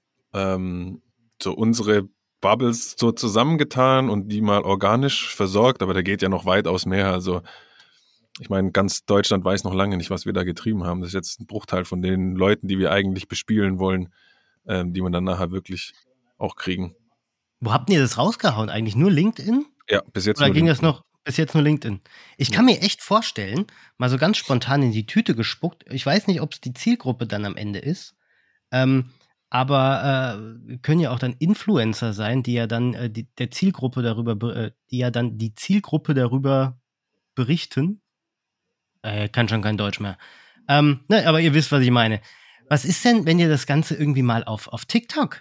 ähm, so unsere Bubbles so zusammengetan und die mal organisch versorgt, aber da geht ja noch weitaus mehr. Also ich meine, ganz Deutschland weiß noch lange nicht, was wir da getrieben haben. Das ist jetzt ein Bruchteil von den Leuten, die wir eigentlich bespielen wollen, ähm, die wir dann nachher wirklich auch kriegen. Wo habt ihr das rausgehauen eigentlich? Nur LinkedIn? Ja, bis jetzt Oder nur ging das LinkedIn. noch bis jetzt nur LinkedIn? Ich kann mir echt vorstellen, mal so ganz spontan in die Tüte gespuckt, ich weiß nicht, ob es die Zielgruppe dann am Ende ist, ähm, aber äh, können ja auch dann Influencer sein, die ja dann äh, die, der Zielgruppe darüber, be- äh, die ja dann die Zielgruppe darüber berichten. Äh, kann schon kein Deutsch mehr. Ähm, ne, aber ihr wisst, was ich meine. Was ist denn, wenn ihr das Ganze irgendwie mal auf, auf TikTok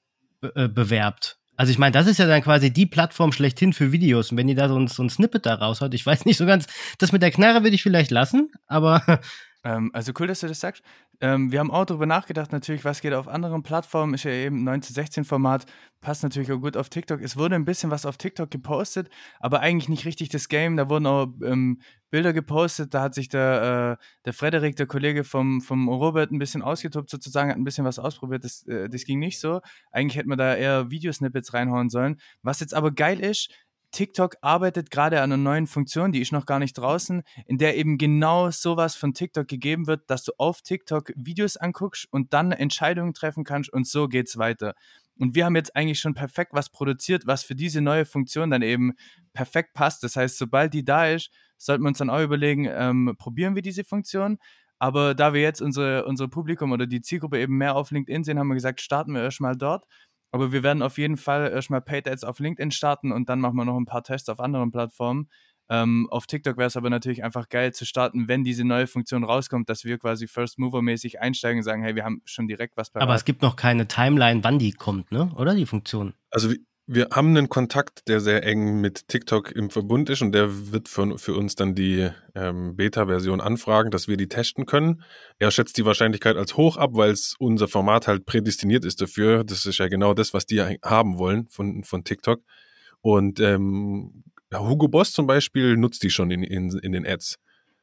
be äh, bewerbt? Also ich meine, das ist ja dann quasi die Plattform schlechthin für Videos. Und wenn ihr da so ein, so ein Snippet da raushaut, ich weiß nicht so ganz, das mit der Knarre würde ich vielleicht lassen, aber Ähm, also cool, dass du das sagst. Ähm, wir haben auch darüber nachgedacht, natürlich, was geht auf anderen Plattformen, ist ja eben neun zu sechzehn Format, passt natürlich auch gut auf TikTok. Es wurde ein bisschen was auf TikTok gepostet, aber eigentlich nicht richtig das Game. Da wurden auch ähm, Bilder gepostet, da hat sich der, äh, der Frederik, der Kollege vom, vom Robert, ein bisschen ausgetobt sozusagen, hat ein bisschen was ausprobiert, das, äh, das ging nicht so. Eigentlich hätte man da eher Videosnippets reinhauen sollen. Was jetzt aber geil ist, TikTok arbeitet gerade an einer neuen Funktion, die ist noch gar nicht draußen, in der eben genau sowas von TikTok gegeben wird, dass du auf TikTok Videos anguckst und dann Entscheidungen treffen kannst und so geht's weiter. Und wir haben jetzt eigentlich schon perfekt was produziert, was für diese neue Funktion dann eben perfekt passt. Das heißt, sobald die da ist, sollten wir uns dann auch überlegen, ähm, probieren wir diese Funktion. Aber da wir jetzt unsere, unser Publikum oder die Zielgruppe eben mehr auf LinkedIn sehen, haben wir gesagt, starten wir erstmal dort. Aber wir werden auf jeden Fall erstmal Paid Ads auf LinkedIn starten und dann machen wir noch ein paar Tests auf anderen Plattformen. Ähm, auf TikTok wäre es aber natürlich einfach geil zu starten, wenn diese neue Funktion rauskommt, dass wir quasi First Mover mäßig einsteigen und sagen, hey, wir haben schon direkt was parat. aber es gibt noch keine Timeline, wann die kommt, ne? Oder die Funktion? Also wir, wir haben einen Kontakt, der sehr eng mit TikTok im Verbund ist und der wird für, für uns dann die ähm, Beta-Version anfragen, dass wir die testen können. Er schätzt die Wahrscheinlichkeit als hoch ab, weil es unser Format halt prädestiniert ist dafür. Das ist ja genau das, was die haben wollen von, von TikTok. Und ähm, ja, Hugo Boss zum Beispiel nutzt die schon in, in, in den Ads.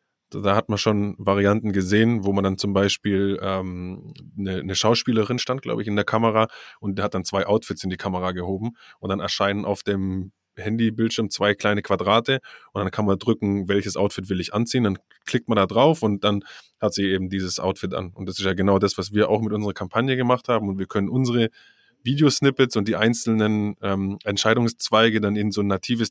Da hat man schon Varianten gesehen, wo man dann zum Beispiel ähm, eine, eine Schauspielerin stand, glaube ich, in der Kamera und der hat dann zwei Outfits in die Kamera gehoben und dann erscheinen auf dem Handybildschirm zwei kleine Quadrate und dann kann man drücken, welches Outfit will ich anziehen, dann klickt man da drauf und dann hat sie eben dieses Outfit an. Und das ist ja genau das, was wir auch mit unserer Kampagne gemacht haben und wir können unsere Videosnippets und die einzelnen ähm, Entscheidungszweige dann in so ein natives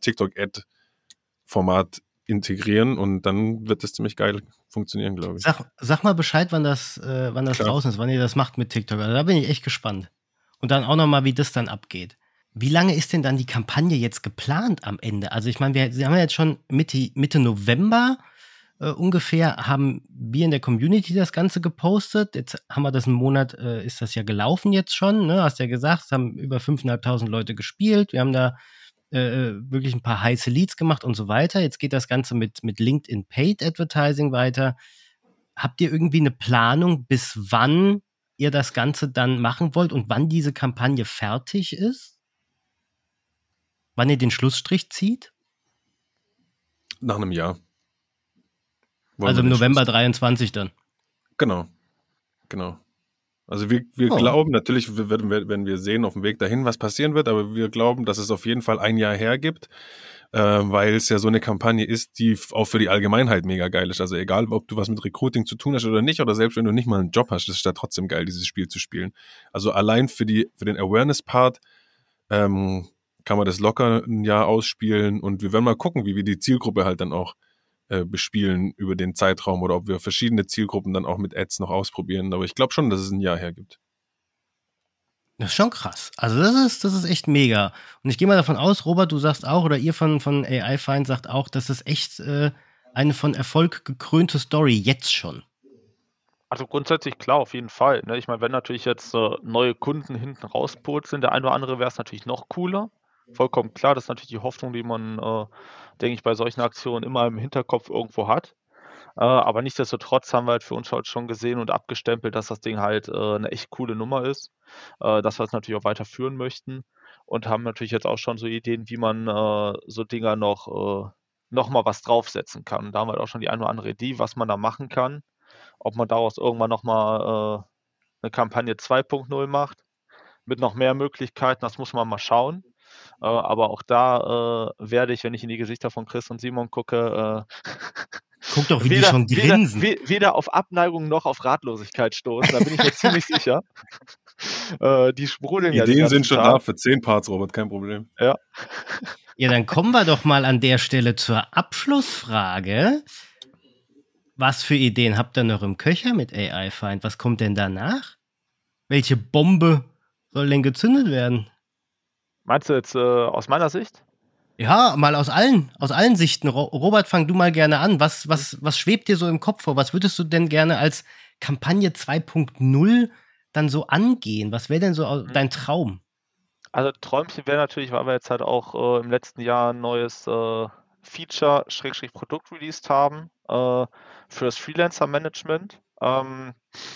TikTok-Ad-Format integrieren und dann wird das ziemlich geil funktionieren, glaube ich. Sag, sag mal Bescheid, wann das, äh, wann das Klar. draußen ist, wann ihr das macht mit TikTok. Also da bin ich echt gespannt. Und dann auch nochmal, wie das dann abgeht. Wie lange ist denn dann die Kampagne jetzt geplant am Ende? Also ich meine, wir, wir haben ja jetzt schon Mitte, Mitte November äh, ungefähr, haben wir in der Community das Ganze gepostet. Jetzt haben wir das einen Monat, äh, ist das ja gelaufen jetzt schon, ne? Hast ja gesagt, es haben über fünftausendfünfhundert Leute gespielt. Wir haben da äh, wirklich ein paar heiße Leads gemacht und so weiter. Jetzt geht das Ganze mit, mit LinkedIn Paid Advertising weiter. Habt ihr irgendwie eine Planung, bis wann ihr das Ganze dann machen wollt und wann diese Kampagne fertig ist? Wann ihr den Schlussstrich zieht? Nach einem Jahr. Wollen Also wir im den November Schluss- dreiundzwanzig dann. Genau. Genau. Also wir, wir Oh. glauben, natürlich werden wir, wenn wir sehen auf dem Weg dahin, was passieren wird, aber wir glauben, dass es auf jeden Fall ein Jahr hergibt, äh, weil es ja so eine Kampagne ist, die f- auch für die Allgemeinheit mega geil ist. Also egal, ob du was mit Recruiting zu tun hast oder nicht, oder selbst wenn du nicht mal einen Job hast, das ist ja trotzdem geil, dieses Spiel zu spielen. Also allein für die für den Awareness-Part ähm, kann man das locker ein Jahr ausspielen und wir werden mal gucken, wie wir die Zielgruppe halt dann auch äh, bespielen über den Zeitraum oder ob wir verschiedene Zielgruppen dann auch mit Ads noch ausprobieren. Aber ich glaube schon, dass es ein Jahr hergibt. Das ist schon krass. Also das ist, das ist echt mega. Und ich gehe mal davon aus, Robert, du sagst auch, oder ihr von, von A I-Find sagt auch, das ist echt äh, eine von Erfolg gekrönte Story, jetzt schon. Also grundsätzlich klar, auf jeden Fall. Ne? Ich meine, wenn natürlich jetzt äh, neue Kunden hinten rauspurzeln, der ein oder andere wäre es natürlich noch cooler. vollkommen klar. Das ist natürlich die Hoffnung, die man, äh, denke ich, bei solchen Aktionen immer im Hinterkopf irgendwo hat. Äh, aber nichtsdestotrotz haben wir halt für uns halt schon gesehen und abgestempelt, dass das Ding halt äh, 'ne echt coole Nummer ist, äh, dass wir es natürlich auch weiterführen möchten und haben natürlich jetzt auch schon so Ideen, wie man äh, so Dinger noch äh, noch mal was draufsetzen kann. Da haben wir halt auch schon die eine oder andere Idee, was man da machen kann. Ob man daraus irgendwann noch mal äh, 'ne Kampagne zwei Punkt null macht mit noch mehr Möglichkeiten, das muss man mal schauen. Äh, aber auch da, äh, werde ich, wenn ich in die Gesichter von Chris und Simon gucke, äh, Guck doch, wie die weder schon weder grinsen. we weder auf Abneigung noch auf Ratlosigkeit stoßen, da bin ich mir ziemlich sicher. Äh, die sprudeln ja den Ideen ganzen sind schon da Tag. für zehn Parts, Robert, kein Problem. Ja. Ja, dann kommen wir doch mal an der Stelle zur Abschlussfrage. Was für Ideen habt ihr noch im Köcher mit A I-Find? Was kommt denn danach? Welche Bombe soll denn gezündet werden? Meinst du jetzt äh, aus meiner Sicht? Ja, mal aus allen, aus allen Sichten. Ro- Robert, fang du mal gerne an. Was, was, was schwebt dir so im Kopf vor? Was würdest du denn gerne als Kampagne zwei Punkt null dann so angehen? Was wäre denn so au- dein Traum? Also Träumchen wäre natürlich, weil wir jetzt halt auch äh, im letzten Jahr ein neues äh, Feature, Schrägstrich Produkt released haben äh, für das Freelancer-Management. Ähm,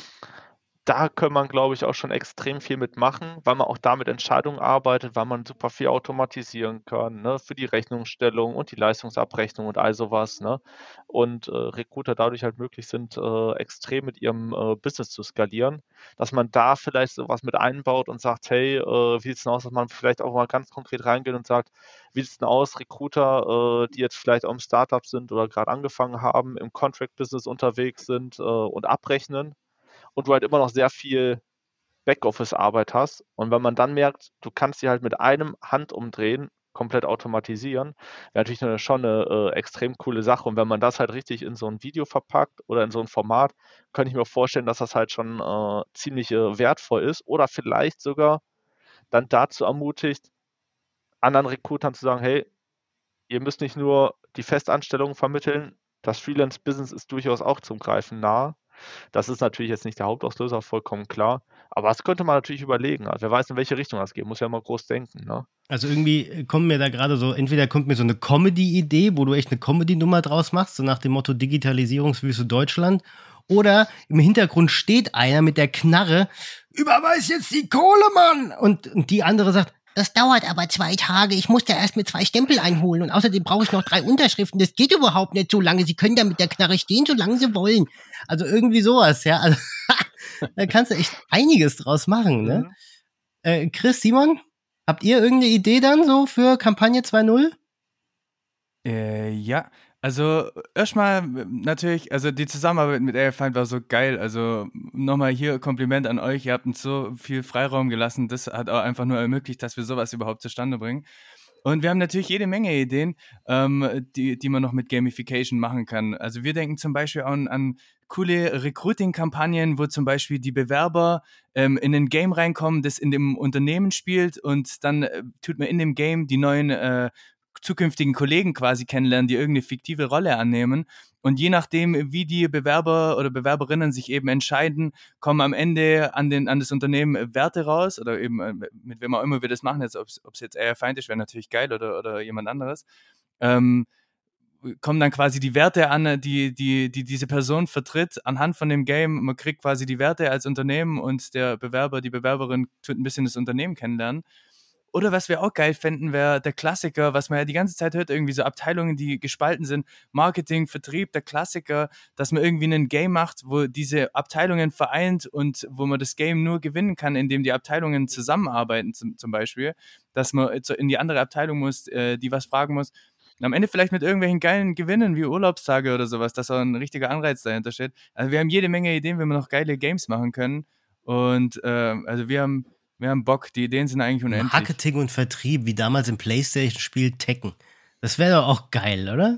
da kann man, glaube ich, auch schon extrem viel mitmachen, weil man auch da mit Entscheidungen arbeitet, weil man super viel automatisieren kann, ne, für die Rechnungsstellung und die Leistungsabrechnung und all sowas, ne? Und äh, Recruiter dadurch halt möglich sind, äh, extrem mit ihrem äh, Business zu skalieren, dass man da vielleicht sowas mit einbaut und sagt, hey, äh, wie sieht's denn aus, dass man vielleicht auch mal ganz konkret reingeht und sagt, wie sieht's denn aus, Recruiter, äh, die jetzt vielleicht auch im Startup sind oder gerade angefangen haben, im Contract-Business unterwegs sind äh, und abrechnen und du halt immer noch sehr viel Backoffice-Arbeit hast. Und wenn man dann merkt, du kannst die halt mit einem Handumdrehen komplett automatisieren, wäre natürlich eine, schon eine äh, extrem coole Sache. Und wenn man das halt richtig in so ein Video verpackt oder in so ein Format, könnte ich mir vorstellen, dass das halt schon äh, ziemlich äh, wertvoll ist oder vielleicht sogar dann dazu ermutigt, anderen Recruitern zu sagen, hey, ihr müsst nicht nur die Festanstellungen vermitteln, das Freelance-Business ist durchaus auch zum Greifen nahe. Das ist natürlich jetzt nicht der Hauptauslöser, vollkommen klar. Aber das könnte man natürlich überlegen. Also wer weiß, in welche Richtung das geht. Muss ja immer groß denken. Ne? Also irgendwie kommt mir da gerade so, entweder kommt mir so eine Comedy-Idee, wo du echt eine Comedy-Nummer draus machst, so nach dem Motto Digitalisierungswüste Deutschland. Oder im Hintergrund steht einer mit der Knarre, überweis jetzt die Kohle, Mann! Und, und die andere sagt, das dauert aber zwei Tage, ich muss da erst mit zwei Stempel einholen und außerdem brauche ich noch drei Unterschriften, das geht überhaupt nicht so lange, Sie können da mit der Knarre stehen, solange Sie wollen. Also irgendwie sowas, ja. Also, da kannst du echt einiges draus machen, ne? Mhm. Äh, Chris, Simon, habt ihr irgendeine Idee dann so für Kampagne zwei Punkt null? Äh, ja, also erstmal natürlich, also die Zusammenarbeit mit A I Find war so geil. Also nochmal hier Kompliment an euch. Ihr habt uns so viel Freiraum gelassen. Das hat auch einfach nur ermöglicht, dass wir sowas überhaupt zustande bringen. Und wir haben natürlich jede Menge Ideen, ähm, die, die man noch mit Gamification machen kann. Also wir denken zum Beispiel an, an coole Recruiting-Kampagnen, wo zum Beispiel die Bewerber ähm, in ein Game reinkommen, das in dem Unternehmen spielt und dann äh, tut man in dem Game die neuen äh, zukünftigen Kollegen quasi kennenlernen, die irgendeine fiktive Rolle annehmen. Und je nachdem, wie die Bewerber oder Bewerberinnen sich eben entscheiden, kommen am Ende an, den, an das Unternehmen Werte raus oder eben mit wem auch immer wir das machen, ob es jetzt eher Feind ist, wäre natürlich geil oder, oder jemand anderes. Ähm, kommen dann quasi die Werte an, die, die, die diese Person vertritt anhand von dem Game. Man kriegt quasi die Werte als Unternehmen und der Bewerber, die Bewerberin tut ein bisschen das Unternehmen kennenlernen. Oder was wir auch geil fänden, wäre der Klassiker, was man ja die ganze Zeit hört, irgendwie so Abteilungen, die gespalten sind, Marketing, Vertrieb, der Klassiker, dass man irgendwie ein Game macht, wo diese Abteilungen vereint und wo man das Game nur gewinnen kann, indem die Abteilungen zusammenarbeiten zum, zum Beispiel, dass man in die andere Abteilung muss, äh, die was fragen muss. Und am Ende vielleicht mit irgendwelchen geilen Gewinnen wie Urlaubstage oder sowas, dass auch ein richtiger Anreiz dahinter steht. Also wir haben jede Menge Ideen, wie wir noch geile Games machen können. Und äh, also wir haben Wir haben Bock, die Ideen sind eigentlich unendlich. Marketing und Vertrieb, wie damals im PlayStation-Spiel Tekken. Das wäre doch auch geil, oder?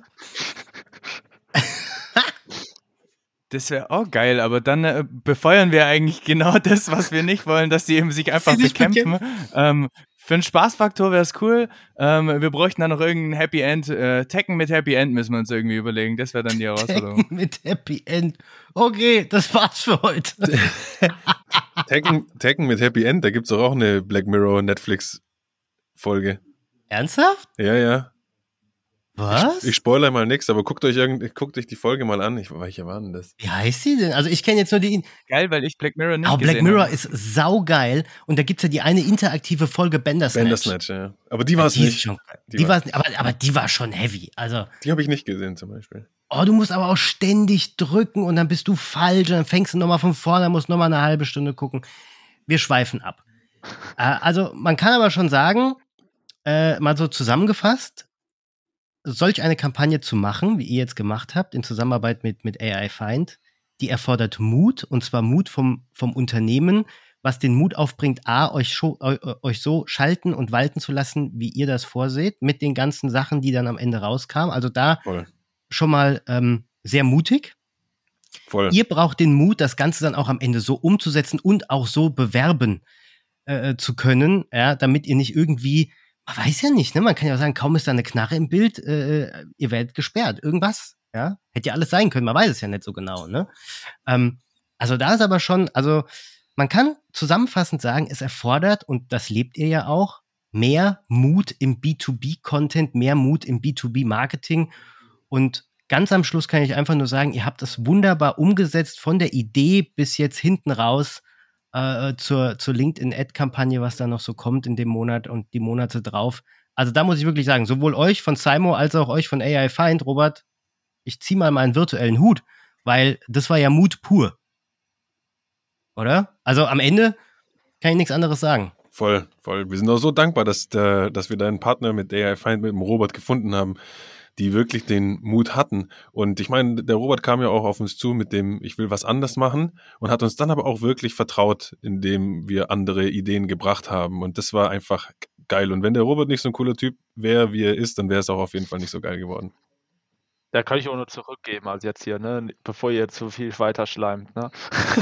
Das wäre auch geil, aber dann äh, befeuern wir eigentlich genau das, was wir nicht wollen, dass die eben sich einfach sich bekämpfen. Ähm, für einen Spaßfaktor wäre es cool. Ähm, wir bräuchten dann noch irgendein Happy End. Äh, Tekken mit Happy End müssen wir uns irgendwie überlegen. Das wäre dann die Herausforderung. Tekken mit Happy End. Okay, das war's für heute. Tekken, Tekken mit Happy End, da gibt es doch auch eine Black Mirror Netflix-Folge. Ernsthaft? Ja, ja. Was? Ich, ich spoilere mal nichts, aber guckt euch, irgend, guckt euch die Folge mal an. Ich, welche war denn das? Wie heißt sie denn? Also ich kenne jetzt nur die... Geil, weil ich Black Mirror nicht Aber gesehen Black Mirror habe. ist saugeil. Und da gibt es ja die eine interaktive Folge Bandersnatch. Bandersnatch, ja. Aber die war es die ist nicht. Schon, Die die war- war's, aber, aber die war schon heavy. Also, Die habe ich nicht gesehen zum Beispiel. oh, du musst aber auch ständig drücken und dann bist du falsch und dann fängst du nochmal von vorne, musst nochmal eine halbe Stunde gucken. Wir schweifen ab. äh, also man kann aber schon sagen, äh, mal so zusammengefasst, solch eine Kampagne zu machen, wie ihr jetzt gemacht habt, in Zusammenarbeit mit, mit A I Find, die erfordert Mut, und zwar Mut vom, vom Unternehmen, was den Mut aufbringt, A, euch, scho- eu- euch so schalten und walten zu lassen, wie ihr das vorseht, mit den ganzen Sachen, die dann am Ende rauskamen. Also da Voll. schon mal ähm, sehr mutig. Voll. Ihr braucht den Mut, das Ganze dann auch am Ende so umzusetzen und auch so bewerben äh, zu können, ja, damit ihr nicht irgendwie, man weiß ja nicht, ne, man kann ja auch sagen, kaum ist da eine Knarre im Bild, äh, ihr werdet gesperrt, irgendwas, ja, hätte ja alles sein können, man weiß es ja nicht so genau, ne. Ähm, also da ist aber schon, also man kann zusammenfassend sagen, es erfordert, und das lebt ihr ja auch, mehr Mut im B zwei B-Content, mehr Mut im B zwei B-Marketing. Und ganz am Schluss kann ich einfach nur sagen, ihr habt das wunderbar umgesetzt, von der Idee bis jetzt hinten raus äh, zur, zur LinkedIn-Ad-Kampagne, was da noch so kommt in dem Monat und die Monate drauf. Also da muss ich wirklich sagen, sowohl euch von Simo als auch euch von A I Find, Robert, ich zieh mal meinen virtuellen Hut, weil das war ja Mut pur. Oder? Also am Ende kann ich nichts anderes sagen. Voll, voll. Wir sind auch so dankbar, dass, der, dass wir da einen Partner mit A I Find, mit dem Robert gefunden haben, die wirklich den Mut hatten. Und ich meine, der Robert kam ja auch auf uns zu mit dem, ich will was anders machen, und hat uns dann aber auch wirklich vertraut, indem wir andere Ideen gebracht haben. Und das war einfach geil. Und wenn der Robert nicht so ein cooler Typ wäre, wie er ist, dann wäre es auch auf jeden Fall nicht so geil geworden. Da kann ich auch nur zurückgeben, als jetzt hier, ne? Bevor ihr zu viel weiter schleimt, ne?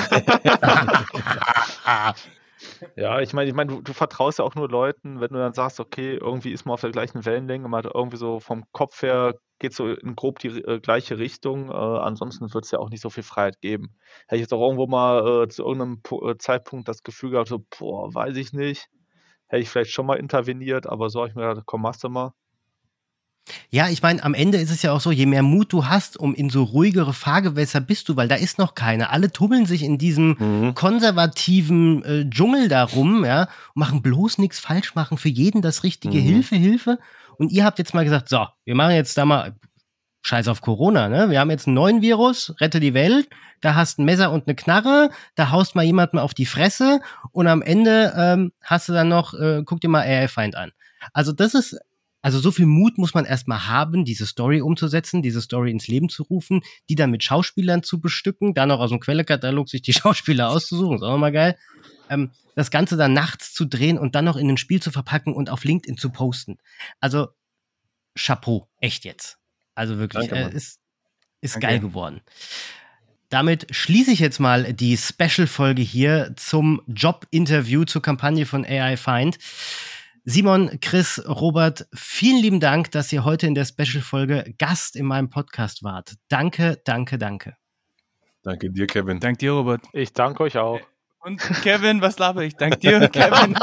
Ja, ich meine, ich meine, du, du vertraust ja auch nur Leuten, wenn du dann sagst, okay, irgendwie ist man auf der gleichen Wellenlänge, man hat irgendwie so vom Kopf her geht so in grob die äh, gleiche Richtung. Äh, ansonsten wird es ja auch nicht so viel Freiheit geben. Hätte ich jetzt auch irgendwo mal äh, zu irgendeinem Po- äh, Zeitpunkt das Gefühl gehabt, so, boah, weiß ich nicht. Hätte ich vielleicht schon mal interveniert, aber so habe ich mir gedacht, komm, machst du mal. Ja, ich meine, am Ende ist es ja auch so, je mehr Mut du hast, um in so ruhigere Fahrgewässer bist du, weil da ist noch keiner. Alle tummeln sich in diesem Mhm. konservativen äh, Dschungel da rum, ja, und machen bloß nichts falsch, machen für jeden das Richtige, Mhm. Hilfe, Hilfe. Und ihr habt jetzt mal gesagt, so, wir machen jetzt da mal Scheiß auf Corona, ne? Wir haben jetzt einen neuen Virus, rette die Welt, da hast ein Messer und eine Knarre, da haust mal jemanden auf die Fresse und am Ende ähm, hast du dann noch, äh, guck dir mal A I Find an. Also das ist, also so viel Mut muss man erstmal haben, diese Story umzusetzen, diese Story ins Leben zu rufen, die dann mit Schauspielern zu bestücken, dann noch aus dem Quellekatalog sich die Schauspieler auszusuchen, ist auch nochmal geil. Ähm, das Ganze dann nachts zu drehen und dann noch in ein Spiel zu verpacken und auf LinkedIn zu posten. Also Chapeau, echt jetzt. Also wirklich, Danke, äh, Mann. ist, ist Danke. geil geworden. Damit schließe ich jetzt mal die Special-Folge hier zum Job-Interview zur Kampagne von A I Find. Simon, Chris, Robert, vielen lieben Dank, dass ihr heute in der Special-Folge Gast in meinem Podcast wart. Danke, danke, danke. Danke dir, Kevin. Dank dir, Robert. Ich danke euch auch. Und Kevin, was laber ich? Dank dir, Kevin.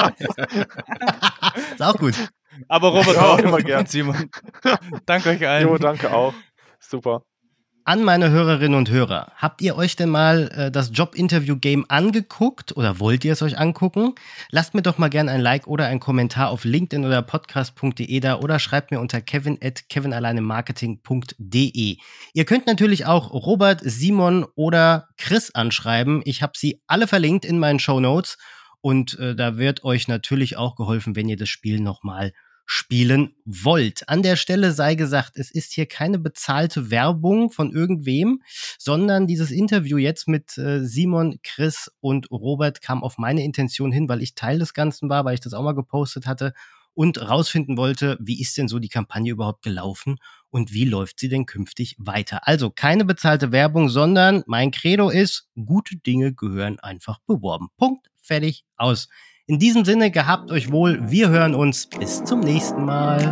Ist auch gut. Aber Robert Ja, auch immer gern. Und Simon. Danke euch allen. Jo, danke auch. Super. An meine Hörerinnen und Hörer, habt ihr euch denn mal äh, das Job-Interview-Game angeguckt oder wollt ihr es euch angucken? Lasst mir doch mal gerne ein Like oder einen Kommentar auf LinkedIn oder podcast punkt de da oder schreibt mir unter kevin at kevinalleinemarketing punkt de. Ihr könnt natürlich auch Robert, Simon oder Chris anschreiben. Ich habe sie alle verlinkt in meinen Shownotes und äh, da wird euch natürlich auch geholfen, wenn ihr das Spiel nochmal spielen wollt. An der Stelle sei gesagt, es ist hier keine bezahlte Werbung von irgendwem, sondern dieses Interview jetzt mit äh, Simon, Chris und Robert kam auf meine Intention hin, weil ich Teil des Ganzen war, weil ich das auch mal gepostet hatte und rausfinden wollte, wie ist denn so die Kampagne überhaupt gelaufen und wie läuft sie denn künftig weiter. Also keine bezahlte Werbung, sondern mein Credo ist, gute Dinge gehören einfach beworben. Punkt, fertig, aus. In diesem Sinne, gehabt euch wohl. Wir hören uns. Bis zum nächsten Mal.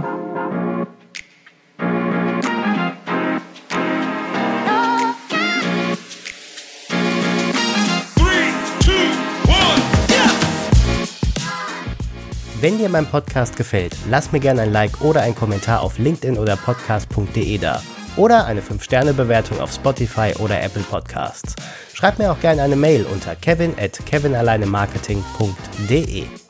Wenn dir mein Podcast gefällt, lass mir gerne ein Like oder einen Kommentar auf LinkedIn oder podcast punkt de da. Oder eine fünf Sterne Bewertung auf Spotify oder Apple Podcasts. Schreib mir auch gerne eine Mail unter kevin at kevinalleinemarketing punkt de.